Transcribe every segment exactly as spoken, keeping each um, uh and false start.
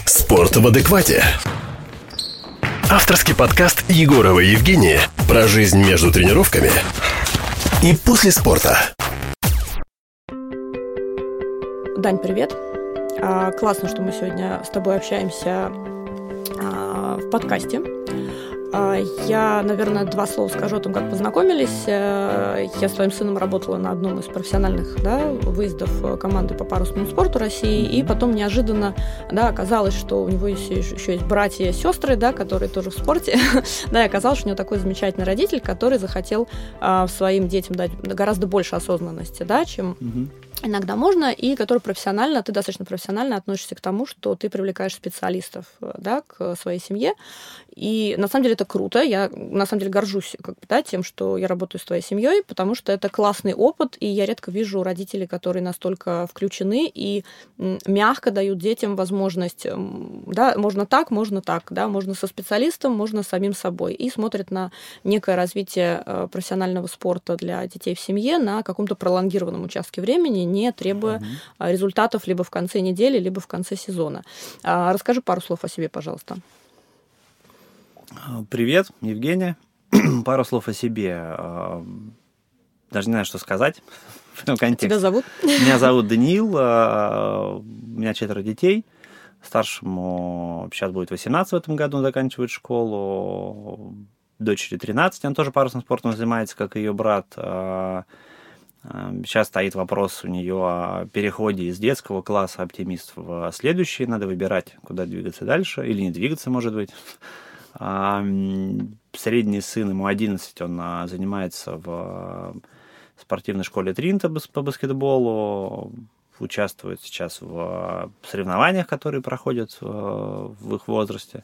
Спорт в адеквате. Авторский подкаст Егорова и Евгения про жизнь между тренировками и после спорта. Дань, привет. А, классно, что мы сегодня с тобой общаемся а, в подкасте. А, я, наверное, два слова скажу о том, как познакомились. Я с твоим сыном работала на одном из профессиональных, да, выездов команды по парусному спорту России, и потом неожиданно, да, оказалось, что у него есть, еще есть братья и сестры, да, которые тоже в спорте. Да, и оказалось, что у него такой замечательный родитель, который захотел а, своим детям дать гораздо больше осознанности, да, чем иногда можно, и который профессионально, ты достаточно профессионально относишься к тому, что ты привлекаешь специалистов, да, к своей семье. И на самом деле это круто. Я на самом деле горжусь, как бы, да, тем, что я работаю с твоей семьей, потому что это классный опыт, и я редко вижу родителей, которые настолько включены и мягко дают детям возможность, да, можно так, можно так, да, можно со специалистом, можно с самим собой, и смотрят на некое развитие профессионального спорта для детей в семье на каком-то пролонгированном участке времени, не требуя mm-hmm. результатов либо в конце недели, либо в конце сезона. Расскажи пару слов о себе, пожалуйста. Привет, Евгения. Пару слов о себе. Даже не знаю, что сказать в этом контексте. Тебя зовут? Меня зовут Даниил. У меня четверо детей. Старшему сейчас будет восемнадцать в этом году, заканчивает школу. Дочери тринадцать. Она тоже парусным спортом занимается, как и ее брат. Сейчас стоит вопрос у нее о переходе из детского класса оптимист в следующий. Надо выбирать, куда двигаться дальше. Или не двигаться, может быть. Средний сын, ему одиннадцать, он занимается в спортивной школе Тринта по баскетболу. Участвует сейчас в соревнованиях, которые проходят в их возрасте.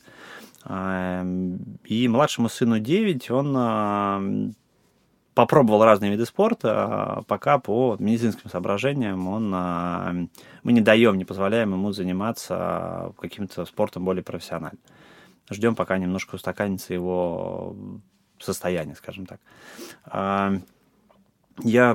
И младшему сыну девять, он попробовал разные виды спорта, пока по медицинским соображениям он, мы не даем, не позволяем ему заниматься каким-то спортом более профессионально. Ждем, пока немножко устаканится его состояние, скажем так. Я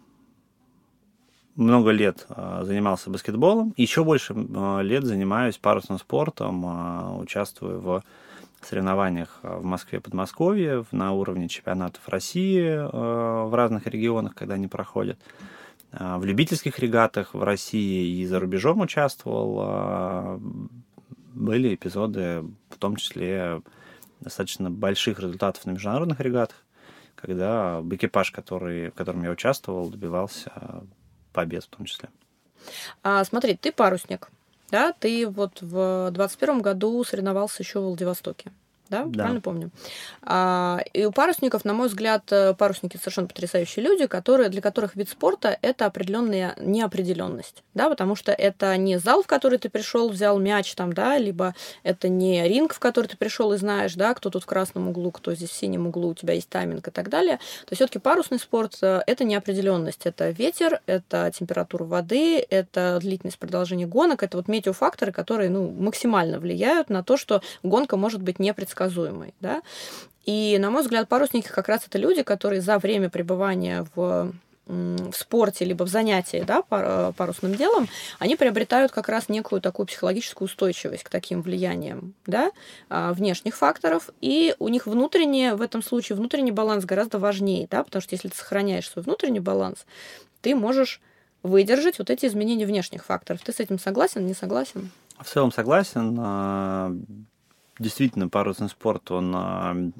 много лет занимался баскетболом, еще больше лет занимаюсь парусным спортом, участвую в соревнованиях в Москве, Подмосковье, на уровне чемпионатов России в разных регионах, когда они проходят. В любительских регатах в России и за рубежом участвовал. Были эпизоды, в том числе достаточно больших результатов на международных регатах, когда экипаж, который, в котором я участвовал, добивался побед в том числе. А, смотри, ты парусник. Да, ты вот в двадцать первом году соревновался еще в Владивостоке. Да, да, правильно помню. А, и у парусников, на мой взгляд, парусники совершенно потрясающие люди, которые, для которых вид спорта – это определенная неопределенность, да, потому что это не зал, в который ты пришел, взял мяч, там, да, либо это не ринг, в который ты пришел и знаешь, да, кто тут в красном углу, кто здесь в синем углу, у тебя есть тайминг и так далее. То все-таки парусный спорт – это неопределенность, это ветер, это температура воды, это длительность продолжения гонок, это вот метеофакторы, которые, ну, максимально влияют на то, что гонка может быть непредсказуемой. Да? И, на мой взгляд, парусники как раз это люди, которые за время пребывания в, в спорте либо в занятии, да, парусным делом, они приобретают как раз некую такую психологическую устойчивость к таким влияниям, да, внешних факторов, и у них внутренний, в этом случае внутренний баланс гораздо важнее, да, потому что если ты сохраняешь свой внутренний баланс, ты можешь выдержать вот эти изменения внешних факторов. Ты с этим согласен, не согласен? В целом согласен. Действительно, парусный спорт, он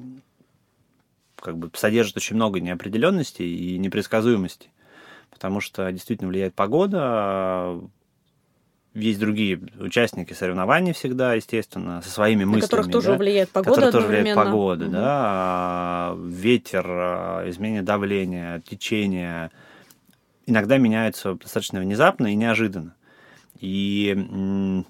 как бы содержит очень много неопределенности и непредсказуемости, потому что действительно влияет погода, есть другие участники соревнований всегда, естественно, со своими мыслями. На которых тоже да, влияет погода одновременно. тоже влияет погода, угу. да, ветер, изменение давления, течение. Иногда меняются достаточно внезапно и неожиданно. И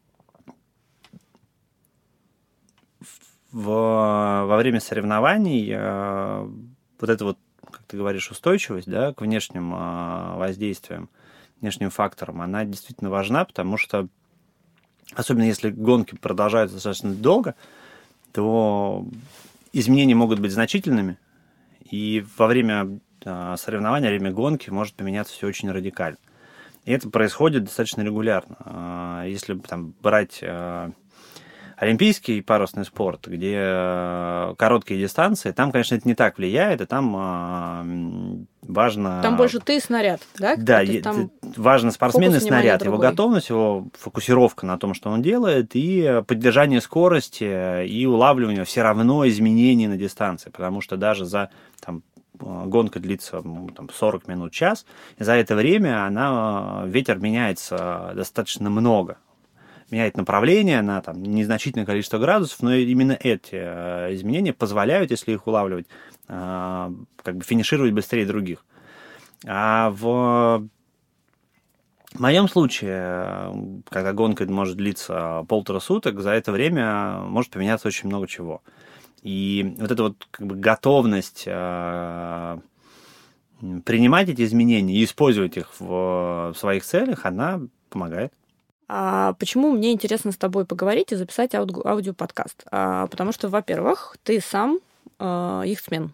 В, во время соревнований э, вот эта вот, как ты говоришь, устойчивость, да, к внешним э, воздействиям, внешним факторам, она действительно важна, потому что, особенно если гонки продолжаются достаточно долго, то изменения могут быть значительными, и во время э, соревнования, во время гонки может поменяться все очень радикально. И это происходит достаточно регулярно. Если там брать олимпийский парусный спорт, где короткие дистанции, там, конечно, это не так влияет, и там важно... Там больше ты и снаряд, да? Да, там важно спортсмен и снаряд, его готовность, его фокусировка на том, что он делает, и поддержание скорости, и улавливание все равно изменений на дистанции, потому что даже за там, гонка длится ну, там, сорок минут, час, и за это время она, ветер меняется достаточно много. Меняет направление на там, незначительное количество градусов, но именно эти э, изменения позволяют, если их улавливать, э, как бы финишировать быстрее других. А в моем случае, когда гонка может длиться полтора суток, за это время может поменяться очень много чего. И вот эта вот как бы готовность э, принимать эти изменения и использовать их в, в своих целях, она помогает. А почему мне интересно с тобой поговорить и записать ауди- аудиоподкаст? А, потому что, во-первых, ты сам э, яхтсмен.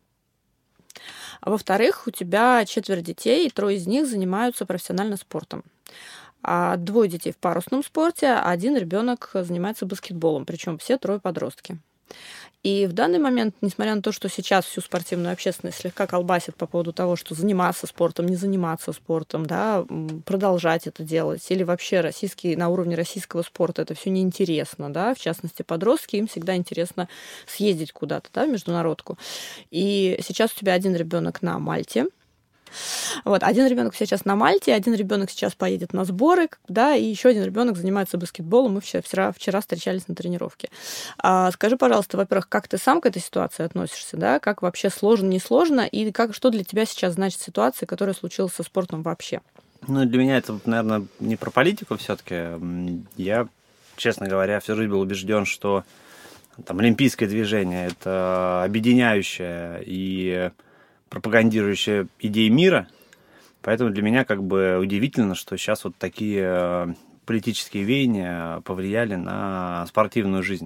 А во-вторых, у тебя четверо детей, и трое из них занимаются профессионально спортом. А двое детей в парусном спорте, а один ребенок занимается баскетболом, причем все трое подростки. И в данный момент, несмотря на то, что сейчас всю спортивную общественность слегка колбасит по поводу того, что заниматься спортом, не заниматься спортом, да, продолжать это делать, или вообще российский, на уровне российского спорта это все неинтересно, да, в частности, подростки, им всегда интересно съездить куда-то, да, в международку. И сейчас у тебя один ребенок на Мальте. Вот, один ребенок сейчас на Мальте, один ребенок сейчас поедет на сборы, да, и еще один ребенок занимается баскетболом. Мы вчера, вчера встречались на тренировке. А, скажи, пожалуйста, во-первых, как ты сам к этой ситуации относишься, да, как вообще сложно, не сложно, и как, что для тебя сейчас значит ситуация, которая случилась со спортом вообще? Ну, для меня это, наверное, не про политику все-таки. Я, честно говоря, всю жизнь был убежден, что там олимпийское движение – это объединяющее и пропагандирующая идеи мира, поэтому для меня как бы удивительно, что сейчас вот такие политические веяния повлияли на спортивную жизнь.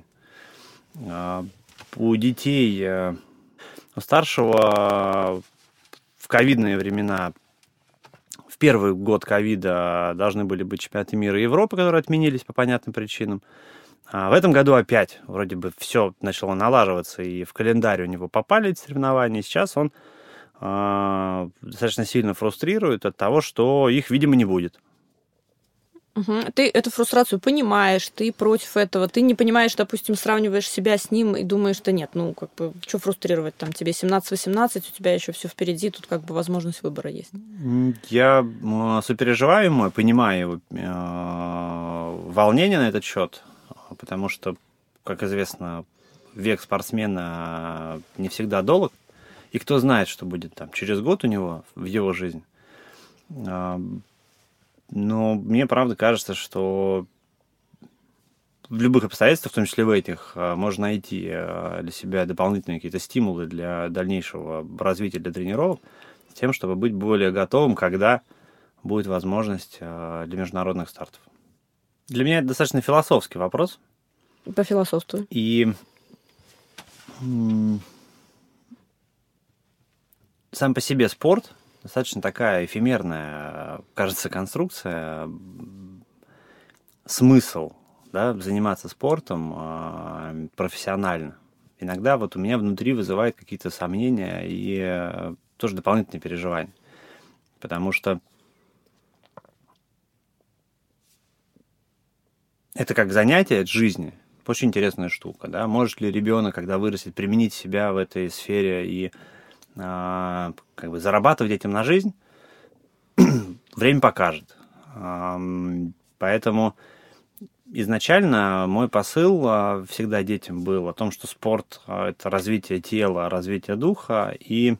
У детей, у старшего в ковидные времена, в первый год ковида должны были быть чемпионаты мира и Европы, которые отменились по понятным причинам. А в этом году опять вроде бы все начало налаживаться, и в календарь у него попали эти соревнования, и сейчас он достаточно сильно фрустрирует от того, что их, видимо, не будет. Угу. Ты эту фрустрацию понимаешь, ты против этого, ты не понимаешь, допустим, сравниваешь себя с ним и думаешь, что нет, ну, как бы, что фрустрировать, там, тебе семнадцать-восемнадцать, у тебя еще все впереди, тут как бы возможность выбора есть. Я сопереживаю ему, понимаю его э, волнение на этот счет, потому что, как известно, век спортсмена не всегда долг. И кто знает, что будет там через год у него в его жизни. Но мне, правда, кажется, что в любых обстоятельствах, в том числе в этих, можно найти для себя дополнительные какие-то стимулы для дальнейшего развития, для тренировок, с тем, чтобы быть более готовым, когда будет возможность для международных стартов. Для меня это достаточно философский вопрос. По философству. И сам по себе спорт достаточно такая эфемерная, кажется, конструкция. Смысл, да, заниматься спортом э, профессионально иногда вот у меня внутри вызывает какие-то сомнения и э, тоже дополнительные переживания. Потому что это как занятие от жизни. Очень интересная штука. Да? Может ли ребенок, когда вырастет, применить себя в этой сфере и как бы зарабатывать этим на жизнь, время покажет. Поэтому изначально мой посыл всегда детям был о том, что спорт – это развитие тела, развитие духа, и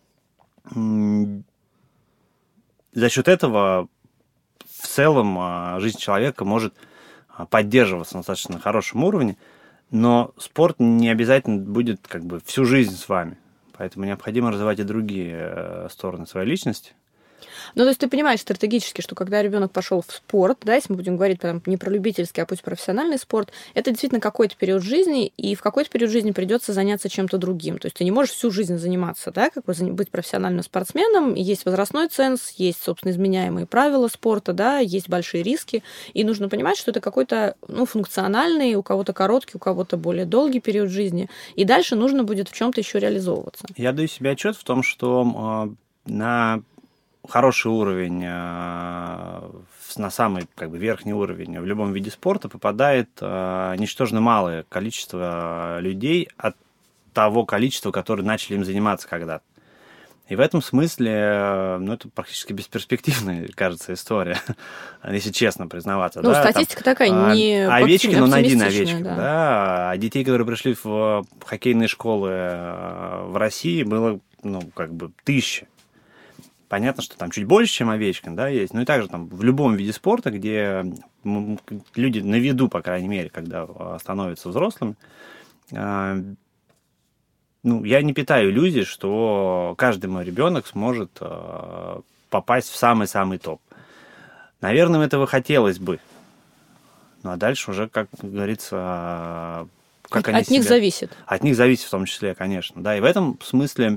за счет этого в целом жизнь человека может поддерживаться на достаточно хорошем уровне, но спорт не обязательно будет как бы всю жизнь с вами. Поэтому необходимо развивать и другие стороны своей личности. Ну, то есть ты понимаешь стратегически, что когда ребенок пошел в спорт, да, если мы будем говорить прям не про любительский, а пусть профессиональный спорт, это действительно какой-то период жизни, и в какой-то период жизни придется заняться чем-то другим. То есть ты не можешь всю жизнь заниматься, да, как бы быть профессиональным спортсменом, есть возрастной ценз, есть, собственно, изменяемые правила спорта, да, есть большие риски, и нужно понимать, что это какой-то, ну, функциональный, у кого-то короткий, у кого-то более долгий период жизни, и дальше нужно будет в чем-то еще реализовываться. Я даю себе отчет в том, что э, на хороший уровень, на самый как бы верхний уровень в любом виде спорта попадает ничтожно малое количество людей от того количества, которые начали им заниматься когда-то. И в этом смысле, ну, это практически бесперспективная, кажется, история, если честно признаваться. Ну, да, статистика там, такая, не Овечкин, он один Овечкин, да. да. А детей, которые пришли в хоккейные школы в России, было, ну, как бы тысячи. Понятно, что там чуть больше, чем Овечкин, да, есть. Ну и также там в любом виде спорта, где люди на виду, по крайней мере, когда становятся взрослыми, ну, я не питаю иллюзий, что каждый мой ребенок сможет попасть в самый-самый топ. Наверное, этого хотелось бы. Ну а дальше уже, как говорится, как от, они от них себя... зависит. От них зависит в том числе, конечно. Да, и в этом смысле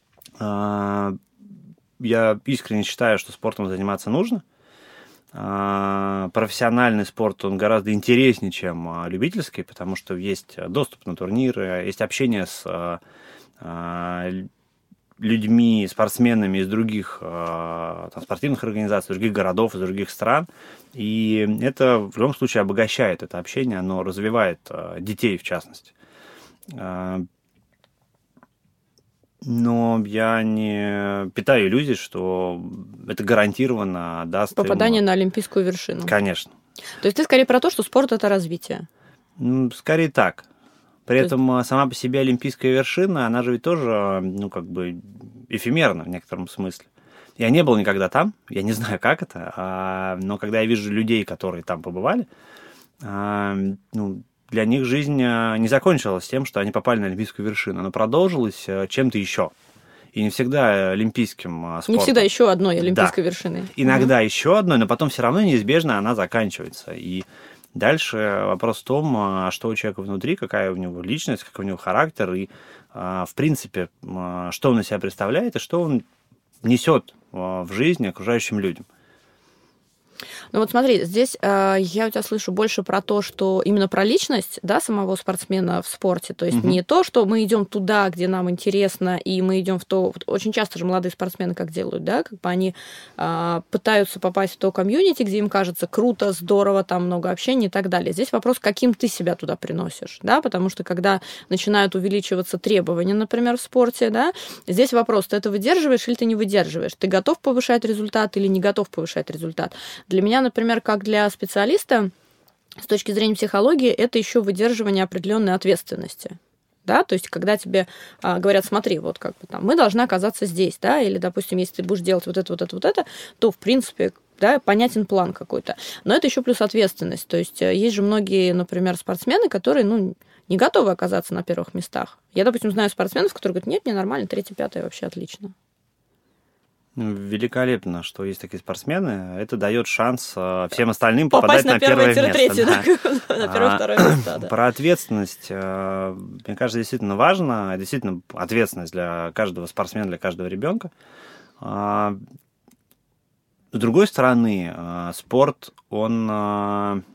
я искренне считаю, что спортом заниматься нужно. Профессиональный спорт, он гораздо интереснее, чем любительский, потому что есть доступ на турниры, есть общение с людьми, спортсменами из других там, спортивных организаций, других городов, из других стран. И это в любом случае обогащает это общение, оно развивает детей, в частности. Но я не питаю иллюзий, что это гарантированно даст попадание им... на олимпийскую вершину. Конечно. То есть ты скорее про то, что спорт – это развитие? Скорее так. При то этом есть... сама по себе олимпийская вершина, она же ведь тоже, ну, как бы эфемерна в некотором смысле. Я не был никогда там, я не знаю, как это, но когда я вижу людей, которые там побывали, ну, для них жизнь не закончилась тем, что они попали на олимпийскую вершину. Она продолжилась чем-то еще. И не всегда олимпийским спортом. Не всегда еще одной олимпийской да. вершиной. Иногда угу. еще одной, но потом все равно неизбежно она заканчивается. И дальше вопрос в том, что у человека внутри, какая у него личность, какой у него характер, и, в принципе, что он из себя представляет, и что он несет в жизнь окружающим людям. Ну вот смотри, здесь э, я у тебя слышу больше про то, что именно про личность, да, самого спортсмена в спорте. То есть угу. не то, что мы идем туда, где нам интересно, и мы идем в то... Очень часто же молодые спортсмены как делают, да, как бы они э, пытаются попасть в то комьюнити, где им кажется круто, здорово, там много общения и так далее. Здесь вопрос, каким ты себя туда приносишь, да, потому что когда начинают увеличиваться требования, например, в спорте, да, здесь вопрос, ты это выдерживаешь или ты не выдерживаешь, ты готов повышать результат или не готов повышать результат. Для меня, например, как для специалиста, с точки зрения психологии, это еще выдерживание определенной ответственности. Да, то есть, когда тебе а, говорят, смотри, вот как бы там, мы должны оказаться здесь, да, или, допустим, если ты будешь делать вот это, вот это, вот это, то, в принципе, да, понятен план какой-то. Но это еще плюс ответственность. То есть, есть же многие, например, спортсмены, которые, ну, не готовы оказаться на первых местах. Я, допустим, знаю спортсменов, которые говорят, нет, мне нормально, третье, пятое, вообще отлично. Великолепно, что есть такие спортсмены. Это дает шанс всем остальным попадать на, на первое место. Третье, да. Да, на первое-второе место. Да. Про ответственность, мне кажется, действительно важно. Действительно, ответственность для каждого спортсмена, для каждого ребенка. С другой стороны, спорт, он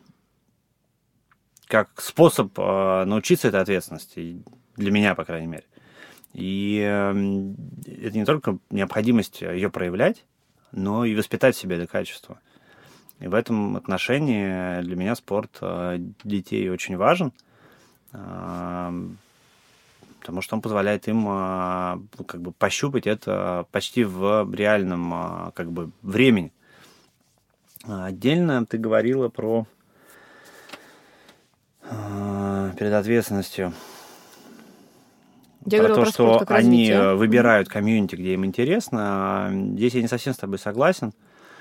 как способ научиться этой ответственности, для меня, по крайней мере. И это не только необходимость ее проявлять, но и воспитать в себе это качество. И в этом отношении для меня спорт детей очень важен, потому что он позволяет им как бы пощупать это почти в реальном как бы времени. Отдельно ты говорила про перед ответственностью. Я про то, про что спорт, они развитие. выбирают комьюнити, где им интересно. Здесь я не совсем с тобой согласен.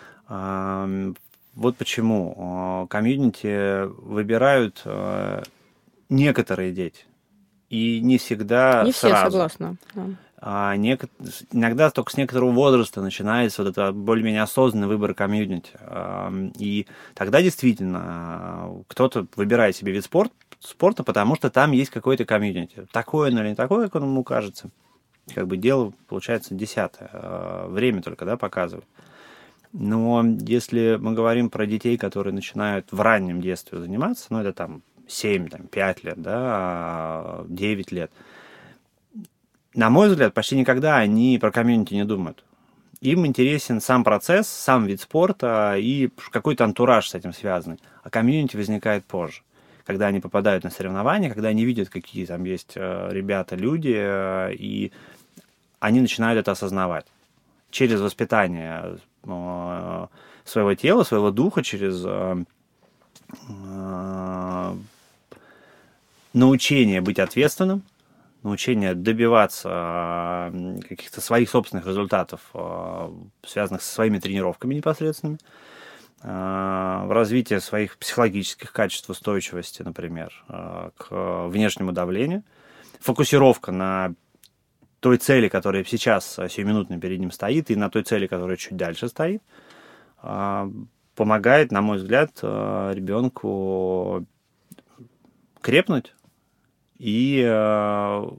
Вот почему. Комьюнити выбирают некоторые дети. И не всегда не сразу. все согласны. Да. а нек... иногда только с некоторого возраста начинается вот это более-менее осознанный выбор комьюнити. И тогда действительно кто-то выбирает себе вид спорта, спорта, потому что там есть какой-то комьюнити. Такое или не такое, как ему кажется. Как бы дело, получается, десятое. Время только, да, показывает. Но если мы говорим про детей, которые начинают в раннем детстве заниматься, ну, это там семь, там, пять лет, да, девять лет, на мой взгляд, почти никогда они про комьюнити не думают. Им интересен сам процесс, сам вид спорта и какой-то антураж с этим связанный. А комьюнити возникает позже, когда они попадают на соревнования, когда они видят, какие там есть ребята, люди, и они начинают это осознавать через воспитание своего тела, своего духа, через научение быть ответственным, научение добиваться каких-то своих собственных результатов, связанных со своими тренировками непосредственными, в развитие своих психологических качеств, устойчивости, например, к внешнему давлению, фокусировка на той цели, которая сейчас сиюминутно перед ним стоит, и на той цели, которая чуть дальше стоит, помогает, на мой взгляд, ребенку крепнуть и в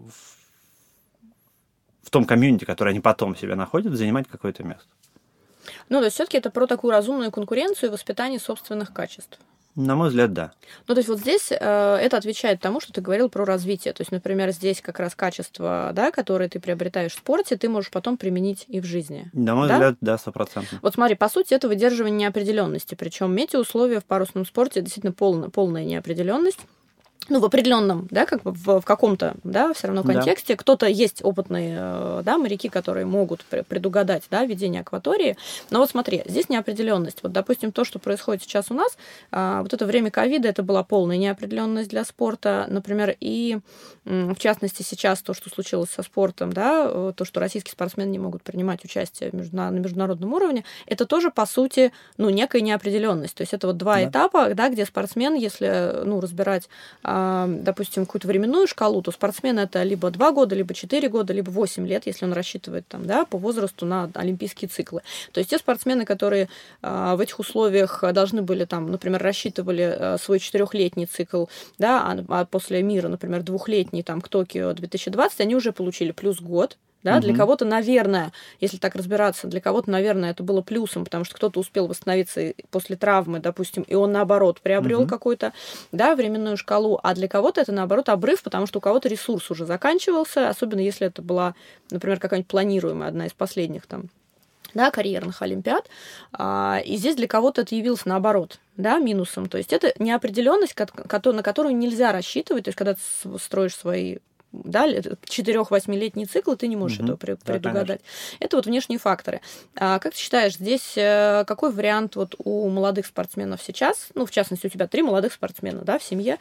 том комьюнити, которое они потом себе находят, занимать какое-то место. Ну, то есть все-таки это про такую разумную конкуренцию и воспитание собственных качеств. На мой взгляд, да. Ну, то есть вот здесь э, это отвечает тому, что ты говорил про развитие. То есть, например, здесь как раз качества, да, которые ты приобретаешь в спорте, ты можешь потом применить и в жизни. На мой да? взгляд, да, стопроцентно. Вот смотри, по сути, это выдерживание неопределенности. Причем метеоусловия в парусном спорте действительно полная, полная неопределенность. Ну, в определенном, да, как бы в, в каком-то, да, все равно контексте. Да. Кто-то есть опытные, да, моряки, которые могут предугадать, да, ведение акватории. Но вот смотри, здесь неопределенность. Вот, допустим, то, что происходит сейчас у нас, а, вот это время ковида, это была полная неопределенность для спорта, например, и в частности сейчас то, что случилось со спортом, да, то, что российские спортсмены не могут принимать участие на, на международном уровне, это тоже, по сути, ну, некая неопределенность. То есть это вот два да. этапа, да, где спортсмен, если, ну, разбирать, допустим, какую-то временную шкалу, то спортсмен это либо два года, либо четыре года, либо восемь лет, если он рассчитывает там, да, по возрасту на олимпийские циклы. То есть те спортсмены, которые а, в этих условиях должны были, там, например, рассчитывали а, свой четырехлетний цикл, да, а, а после мира, например, двухлетний там, к Токио две тысячи двадцать, они уже получили плюс год. Да, угу. Для кого-то, наверное, если так разбираться, для кого-то, наверное, это было плюсом, потому что кто-то успел восстановиться после травмы, допустим, и он, наоборот, приобрел угу. какую-то, да, временную шкалу, а для кого-то это, наоборот, обрыв, потому что у кого-то ресурс уже заканчивался, особенно если это была, например, какая-нибудь планируемая, одна из последних там, да, карьерных олимпиад, и здесь для кого-то это явилось наоборот, да, минусом, то есть это неопределенность, на которую нельзя рассчитывать, то есть когда ты строишь свои да, четырех-восьмилетний цикл, ты не можешь угу. этого предугадать. Да, это вот внешние факторы. А как ты считаешь, здесь какой вариант вот у молодых спортсменов сейчас? Ну, в частности, у тебя три молодых спортсмена, да, в семье.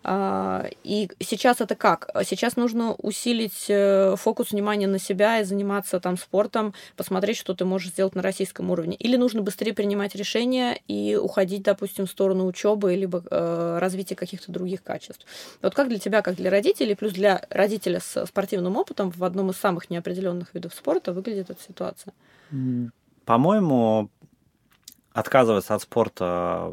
А, и сейчас это как? Сейчас нужно усилить фокус внимания на себя и заниматься там спортом, посмотреть, что ты можешь сделать на российском уровне. Или нужно быстрее принимать решения и уходить, допустим, в сторону учебы либо э, развития каких-то других качеств. Вот как для тебя, как для родителей, плюс для родителя с спортивным опытом в одном из самых неопределенных видов спорта выглядит эта ситуация? По-моему, отказываться от спорта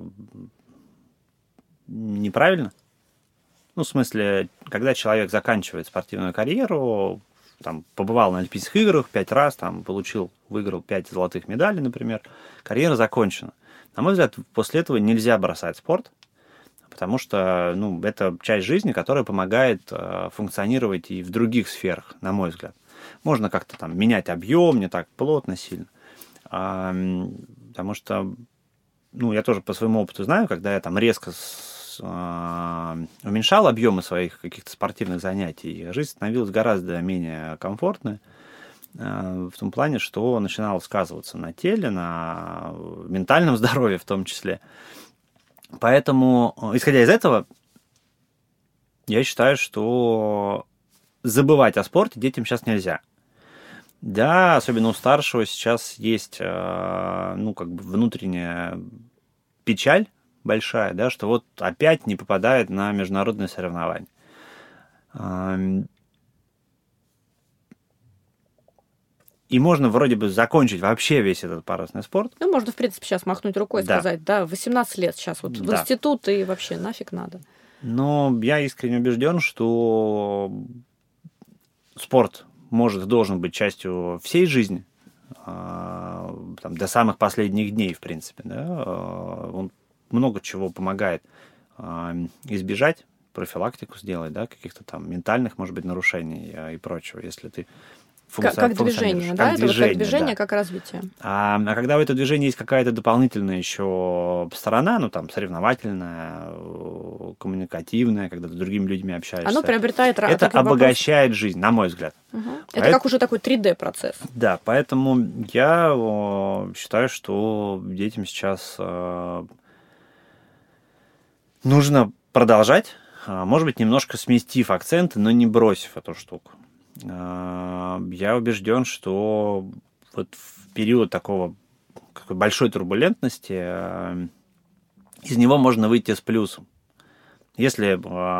неправильно. Ну, в смысле, когда человек заканчивает спортивную карьеру, там, побывал на Олимпийских играх пять раз, там, получил, выиграл пять золотых медалей, например, карьера закончена. На мой взгляд, после этого нельзя бросать спорт, потому что, ну, это часть жизни, которая помогает э, функционировать и в других сферах, на мой взгляд. Можно как-то там менять объем, не так плотно, сильно. А, потому что, ну, я тоже по своему опыту знаю, когда я там резко с, а, уменьшал объемы своих каких-то спортивных занятий, жизнь становилась гораздо менее комфортной, а, в том плане, что начинало сказываться на теле, на ментальном здоровье в том числе. Поэтому, исходя из этого, я считаю, что забывать о спорте детям сейчас нельзя. Да, особенно у старшего сейчас есть, ну, как бы внутренняя печаль большая, да, что вот опять не попадает на международные соревнования. и можно вроде бы закончить вообще весь этот парусный спорт. Ну, можно, в принципе, сейчас махнуть рукой и Да. сказать, да, восемнадцать лет сейчас вот в Да. институт и вообще нафиг надо. Но я искренне убежден, что спорт может и должен быть частью всей жизни, там, до самых последних дней, в принципе. Да? Он много чего помогает избежать, профилактику сделать, да, каких-то там ментальных, может быть, нарушений и прочего, если ты Как, как движение, да? Как это движение, вот как движение, да. как развитие. А, а когда у этого движения есть какая-то дополнительная еще сторона, ну, там, соревновательная, коммуникативная, когда ты с другими людьми общаешься. Оно приобретает... Это обогащает вопрос. жизнь, на мой взгляд. Угу. Поэтому, это как уже такой три дэ-процесс. Да, поэтому я о, считаю, что детям сейчас э, нужно продолжать, э, может быть, немножко сместив акценты, но не бросив эту штуку. Я убежден, что вот в период такого какой большой турбулентности из него можно выйти с плюсом. Если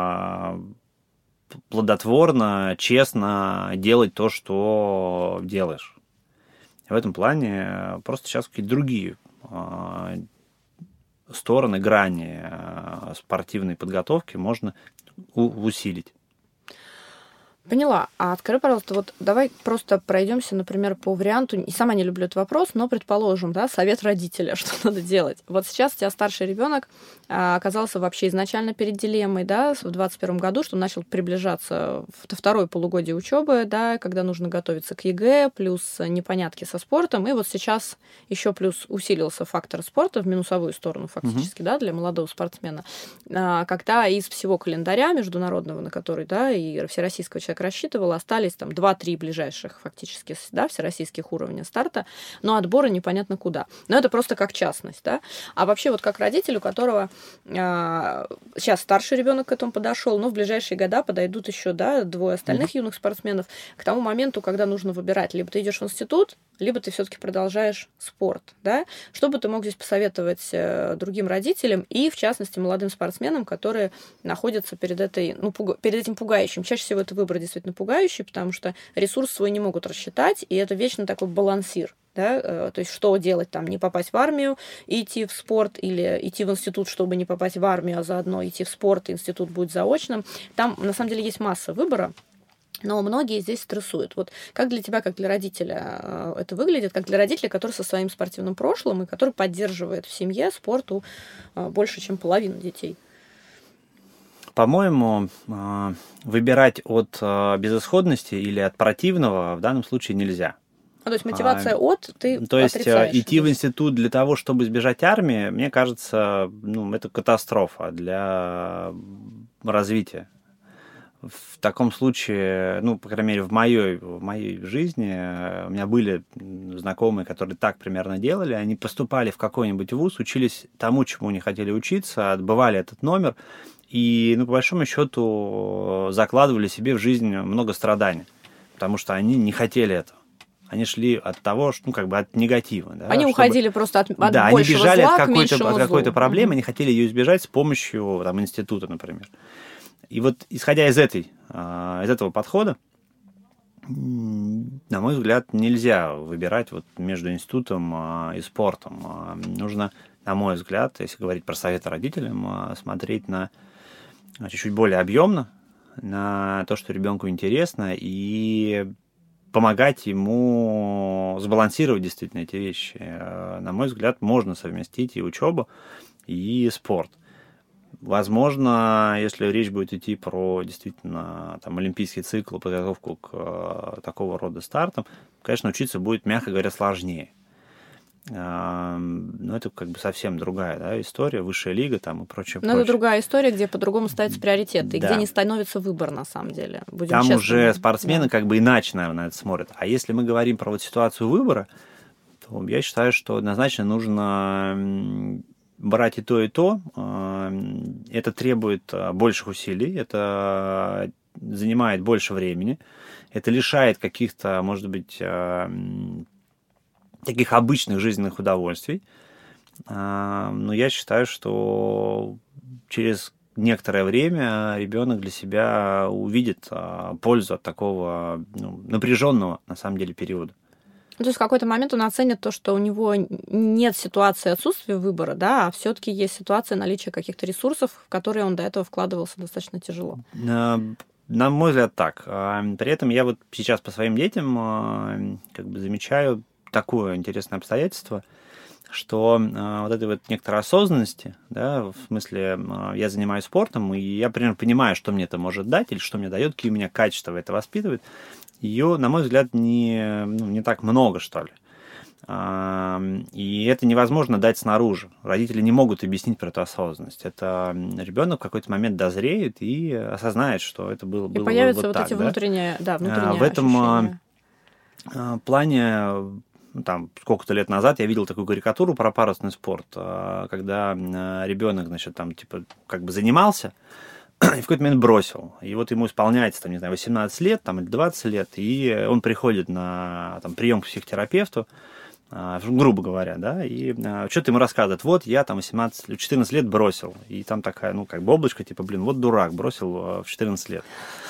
плодотворно, честно делать то, что делаешь. В этом плане просто сейчас какие-то другие стороны, грани спортивной подготовки можно усилить. Поняла. А скажи, пожалуйста, вот давай просто пройдемся, например, по варианту. И сама не люблю этот вопрос, но предположим, да, совет родителя, что надо делать. Вот сейчас у тебя старший ребенок оказался вообще изначально перед дилеммой, да, в двадцать первом году, что он начал приближаться в второе полугодие учебы, да, когда нужно готовиться к ЕГЭ, плюс непонятки со спортом. И вот сейчас еще плюс усилился фактор спорта в минусовую сторону фактически, mm-hmm. да, для молодого спортсмена, когда из всего календаря международного, на который, да, и всероссийского человека рассчитывал, остались там два-три ближайших фактически, да, всероссийских уровня старта, но отбора непонятно куда. Но это просто как частность, да. А вообще вот как родитель, у которого э, сейчас старший ребенок к этому подошел, но в ближайшие года подойдут еще, да, двое остальных mm-hmm. юных спортсменов к тому моменту, когда нужно выбирать, либо ты идешь в институт, либо ты все-таки продолжаешь спорт, да. Что бы ты мог здесь посоветовать э, другим родителям и, в частности, молодым спортсменам, которые находятся перед этой, ну, пуга- перед этим пугающим. Чаще всего это выбор действительно пугающий, потому что ресурс свой не могут рассчитать, и это вечно такой балансир. Да? То есть что делать, там, не попасть в армию, идти в спорт, или идти в институт, чтобы не попасть в армию, а заодно идти в спорт, и институт будет заочным. Там, на самом деле, есть масса выбора, но многие здесь стрессуют. Вот как для тебя, как для родителя это выглядит, как для родителя, который со своим спортивным прошлым и который поддерживает в семье спорту больше, чем половину детей? По-моему, выбирать от безысходности или от противного в данном случае нельзя. А, то есть мотивация а, от, ты То есть отрицаешь идти здесь. В институт для того, чтобы избежать армии, мне кажется, ну, это катастрофа для развития. В таком случае, ну, по крайней мере, в моей, в моей жизни у меня были знакомые, которые так примерно делали. Они поступали в какой-нибудь вуз, учились тому, чему не хотели учиться, отбывали этот номер и, ну, по большому счету, закладывали себе в жизнь много страданий, потому что они не хотели этого. Они шли от того, что, ну, как бы от негатива. Да, они чтобы... уходили просто от, от да, большего зла они бежали к от какой-то, от какой-то злу. проблемы, Mm-hmm. они хотели ее избежать с помощью там, института, например. И вот, исходя из, этой, из этого подхода, на мой взгляд, нельзя выбирать вот между институтом и спортом. Нужно, на мой взгляд, если говорить про советы родителям, смотреть на чуть-чуть более объемно, на то, что ребенку интересно, и помогать ему сбалансировать действительно эти вещи. На мой взгляд, можно совместить и учебу, и спорт. Возможно, если речь будет идти про действительно там, олимпийский цикл, подготовку к э, такого рода стартам, конечно, учиться будет, мягко говоря, сложнее. Э, но это как бы совсем другая, да, история, высшая лига там и прочее. Но это другая история, где по-другому ставятся приоритеты, да. где не становится выбор на самом деле. Будем там честными. уже спортсмены да. как бы иначе, наверное, на это смотрят. А если мы говорим про вот ситуацию выбора, то я считаю, что однозначно нужно брать и то, и то. Это требует больших усилий, это занимает больше времени, это лишает каких-то, может быть, таких обычных жизненных удовольствий. Но я считаю, что через некоторое время ребенок для себя увидит пользу от такого ну, напряженного, на самом деле, периода. То есть в какой-то момент он оценит то, что у него нет ситуации отсутствия выбора, да, а все-таки есть ситуация наличия каких-то ресурсов, в которые он до этого вкладывался достаточно тяжело. На мой взгляд, так. При этом я вот сейчас по своим детям как бы замечаю такое интересное обстоятельство, что вот этой вот некоторой осознанности, да, в смысле, я занимаюсь спортом, и я примерно понимаю, что мне это может дать, или что мне дает, какие у меня качества это воспитывает, ее, на мой взгляд, не, ну, не так много, что ли. И это невозможно дать снаружи. Родители не могут объяснить про эту осознанность. Это ребенок в какой-то момент дозреет и осознает, что это было, было и появятся вот, вот так, эти да? внутренние, да, внутренние в этом ощущения. плане, там, сколько-то лет назад я видел такую карикатуру про парусный спорт, когда ребенок, значит, там, типа, как бы занимался, и в какой-то момент бросил. И вот ему исполняется, там, не знаю, восемнадцать лет там, или двадцать лет, и он приходит на там, прием к психотерапевту, грубо говоря, да, и что-то ему рассказывает, вот я там восемнадцать, четырнадцать лет бросил, и там такая, ну, как бы облачко, типа, блин, вот дурак, бросил в четырнадцать лет.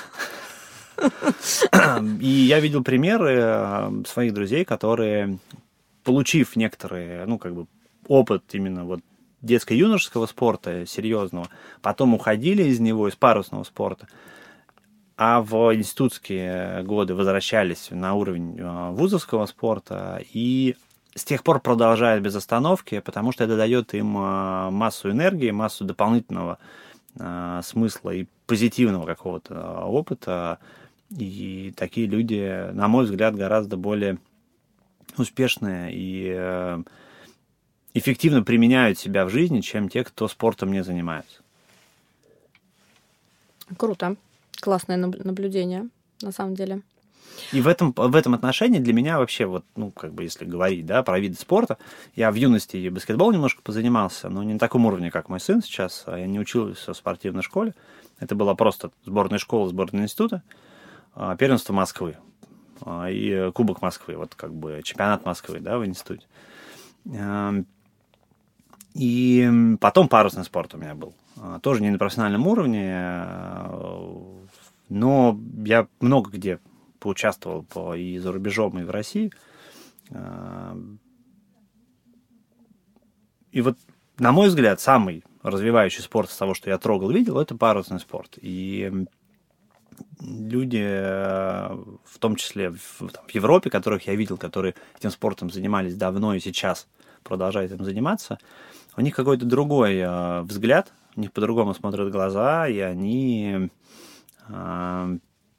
И я видел примеры своих друзей, которые, получив некоторые, ну, как бы, опыт именно вот детско-юношеского спорта, серьезного, потом уходили из него, из парусного спорта, а в институтские годы возвращались на уровень вузовского спорта и с тех пор продолжают без остановки, потому что это дает им массу энергии, массу дополнительного смысла и позитивного какого-то опыта. И такие люди, на мой взгляд, гораздо более успешные и эффективно применяют себя в жизни, чем те, кто спортом не занимается. Круто. Классное наблюдение, на самом деле. И в этом, в этом отношении для меня вообще, вот, ну, как бы, если говорить, да, про виды спорта, я в юности и баскетбол немножко позанимался, но не на таком уровне, как мой сын сейчас. Я не учился в спортивной школе. Это была просто сборная школа, сборная института, первенство Москвы и Кубок Москвы, вот как бы чемпионат Москвы, да, в институте. И потом парусный спорт у меня был. Тоже не на профессиональном уровне, но я много где поучаствовал по, и за рубежом, и в России. И вот, на мой взгляд, самый развивающий спорт из того, что я трогал, видел, это парусный спорт. И люди, в том числе в, там, в Европе, которых я видел, которые этим спортом занимались давно и сейчас продолжают этим заниматься, у них какой-то другой э, взгляд, у них по-другому смотрят глаза, и они, э,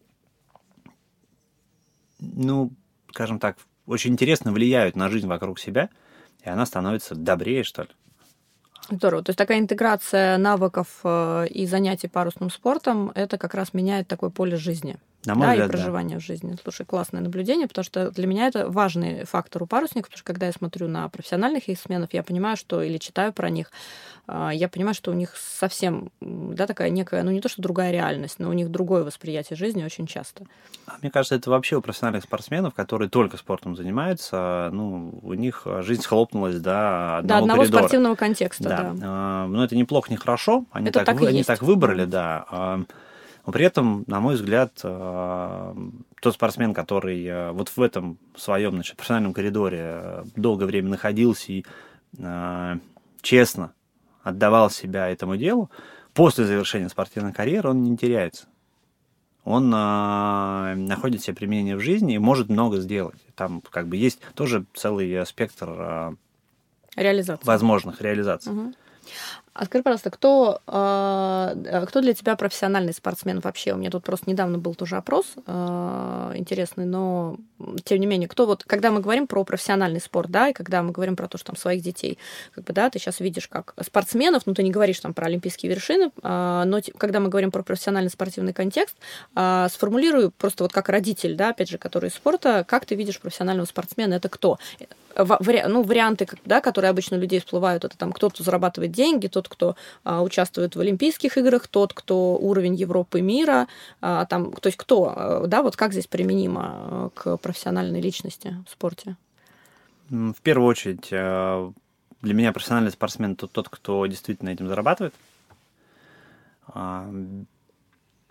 ну, скажем так, очень интересно влияют на жизнь вокруг себя, и она становится добрее, что ли. Здорово. То есть такая интеграция навыков и занятий парусным спортом, это как раз меняет такое поле жизни. На мой да, взгляд, и проживание да. в жизни. Слушай, классное наблюдение, потому что для меня это важный фактор у парусников, потому что когда я смотрю на профессиональных яхтсменов, я понимаю, что, или читаю про них, я понимаю, что у них совсем, да, такая некая, ну не то, что другая реальность, но у них другое восприятие жизни очень часто. Мне кажется, это вообще у профессиональных спортсменов, которые только спортом занимаются, ну, у них жизнь схлопнулась до одного, до одного коридора. Спортивного контекста, да. да. Но это неплохо, не хорошо, они, это так, так, вы, они есть. так выбрали, да. Но при этом, на мой взгляд, тот спортсмен, который вот в этом своем, значит, профессиональном коридоре долгое время находился и честно отдавал себя этому делу, после завершения спортивной карьеры он не теряется. Он находит себе применение в жизни и может много сделать. Там как бы есть тоже целый спектр реализации. возможных реализаций. Угу. А скажи, пожалуйста, кто, э, кто для тебя профессиональный спортсмен вообще? У меня тут просто недавно был тоже опрос э, интересный, но тем не менее, кто вот, когда мы говорим про профессиональный спорт, да, и когда мы говорим про то, что там своих детей, как бы, да, ты сейчас видишь как спортсменов, ну, ты не говоришь там про олимпийские вершины, э, но т- когда мы говорим про профессиональный спортивный контекст, э, сформулирую просто вот как родитель, да, опять же, который из спорта, как ты видишь профессионального спортсмена, это кто? Вари... Ну, варианты, да, которые обычно у людей всплывают, это там кто-то зарабатывает деньги, тот, кто а, участвует в Олимпийских играх, тот, кто уровень Европы, мира, а, там, то есть кто, да, вот как здесь применимо к профессиональной личности в спорте? В первую очередь, для меня профессиональный спортсмен это тот, кто действительно этим зарабатывает.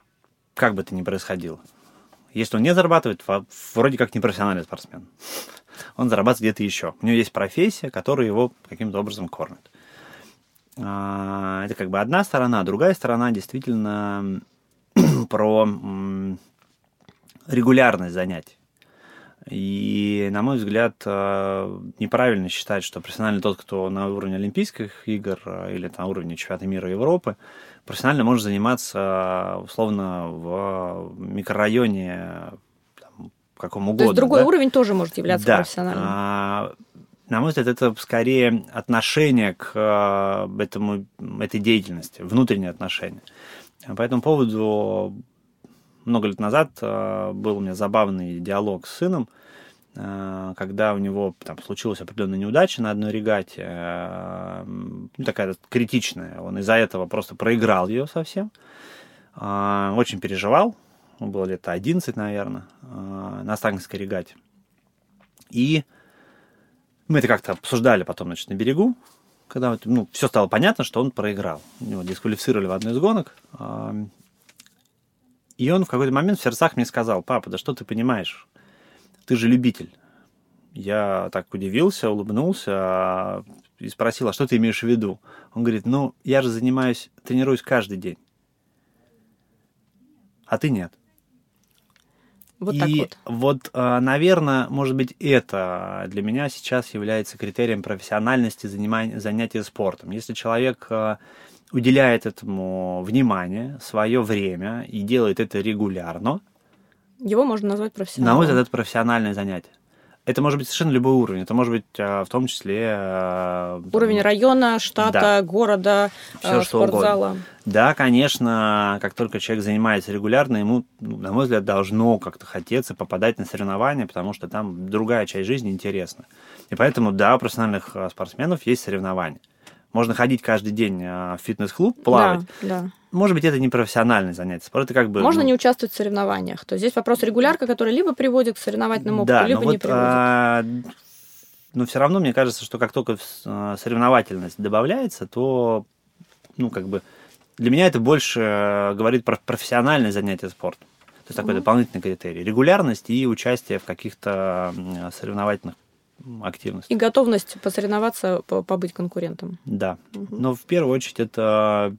Как бы это ни происходило. Если он не зарабатывает, вроде как не профессиональный спортсмен. он зарабатывает где-то еще. У него есть профессия, которая его каким-то образом кормит. Это как бы одна сторона. Другая сторона действительно про регулярность занятий. И, на мой взгляд, неправильно считать, что профессионально тот, кто на уровне Олимпийских игр или на уровне чемпионата мира Европы, профессионально может заниматься условно в микрорайоне там, каком угодно. То есть другой да? уровень тоже может являться да. профессиональным. А, на мой взгляд, это скорее отношение к этому, этой деятельности, внутреннее отношение. По этому поводу много лет назад был у меня забавный диалог с сыном, когда у него там случилась определенная неудача на одной регате, ну, такая критичная. Он из-за этого просто проиграл ее совсем. Очень переживал. Ему было лет одиннадцать, наверное, на Останкинской регате. И мы это как-то обсуждали потом, значит, на берегу, когда ну, все стало понятно, что он проиграл. Его дисквалифицировали в одной из гонок. И он в какой-то момент в сердцах мне сказал: папа, да что ты понимаешь? Ты же любитель. Я так удивился, улыбнулся и спросил: а что ты имеешь в виду? Он говорит: ну, я же занимаюсь, тренируюсь каждый день. А ты нет. Вот и так вот. вот, наверное, может быть, это для меня сейчас является критерием профессиональности занятия спортом. Если человек уделяет этому внимание, свое время и делает это регулярно, его можно назвать профессионалом. На мой взгляд, это профессиональное занятие. Это может быть совершенно любой уровень. Это может быть в том числе... Уровень там, района, штата, да, города, все, спортзала. Угодно. Да, конечно, как только человек занимается регулярно, ему, на мой взгляд, должно как-то хотеться попадать на соревнования, потому что там другая часть жизни интересна. И поэтому, да, у профессиональных спортсменов есть соревнования. Можно ходить каждый день в фитнес-клуб, плавать. Да, да. Может быть, это не профессиональное занятие. Спорт это как бы, Можно ну... не участвовать в соревнованиях. То есть здесь вопрос регулярка, который либо приводит к соревновательному опыту, да, либо вот, не приводит. А... Но все равно мне кажется, что как только соревновательность добавляется, то, ну, как бы, для меня это больше говорит про профессиональное занятие спортом. То есть такой mm-hmm. дополнительный критерий. Регулярность и участие в каких-то соревновательных активностях. И готовность посоревноваться, побыть конкурентом. Да. Mm-hmm. Но в первую очередь это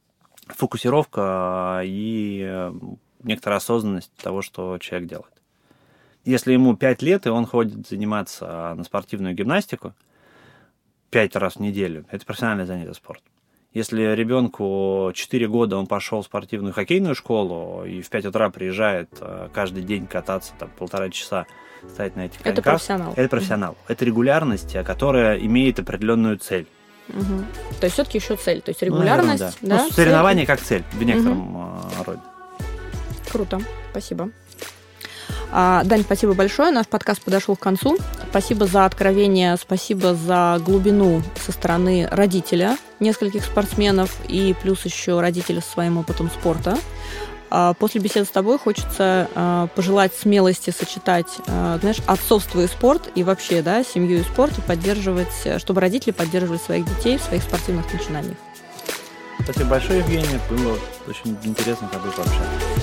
фокусировка и некоторая осознанность того, что человек делает. Если ему пять лет, и он ходит заниматься на спортивную гимнастику пять раз в неделю, это профессиональное занятие спортом. Если ребенку четыре года, он пошел в спортивную хоккейную школу и в пять утра приезжает каждый день кататься там, полтора часа, стоять на этих коньках, это профессионал. Это профессионал. Mm-hmm. Это регулярность, которая имеет определенную цель. Угу. То есть все-таки еще цель. То есть регулярность. Ну, да. Да, ну, соревнование как цель в некотором угу. роде. Круто. Спасибо. А, Дань, спасибо большое. Наш подкаст подошел к концу. Спасибо за откровение, спасибо за глубину со стороны родителя нескольких спортсменов и плюс еще родителя со своим опытом спорта. После беседы с тобой хочется э, пожелать смелости сочетать, э, знаешь, отцовство и спорт, и вообще, да, семью и спорт, и поддерживать, чтобы родители поддерживали своих детей в своих спортивных начинаниях. Спасибо большое, Евгения. Было очень интересно с тобой пообщаться.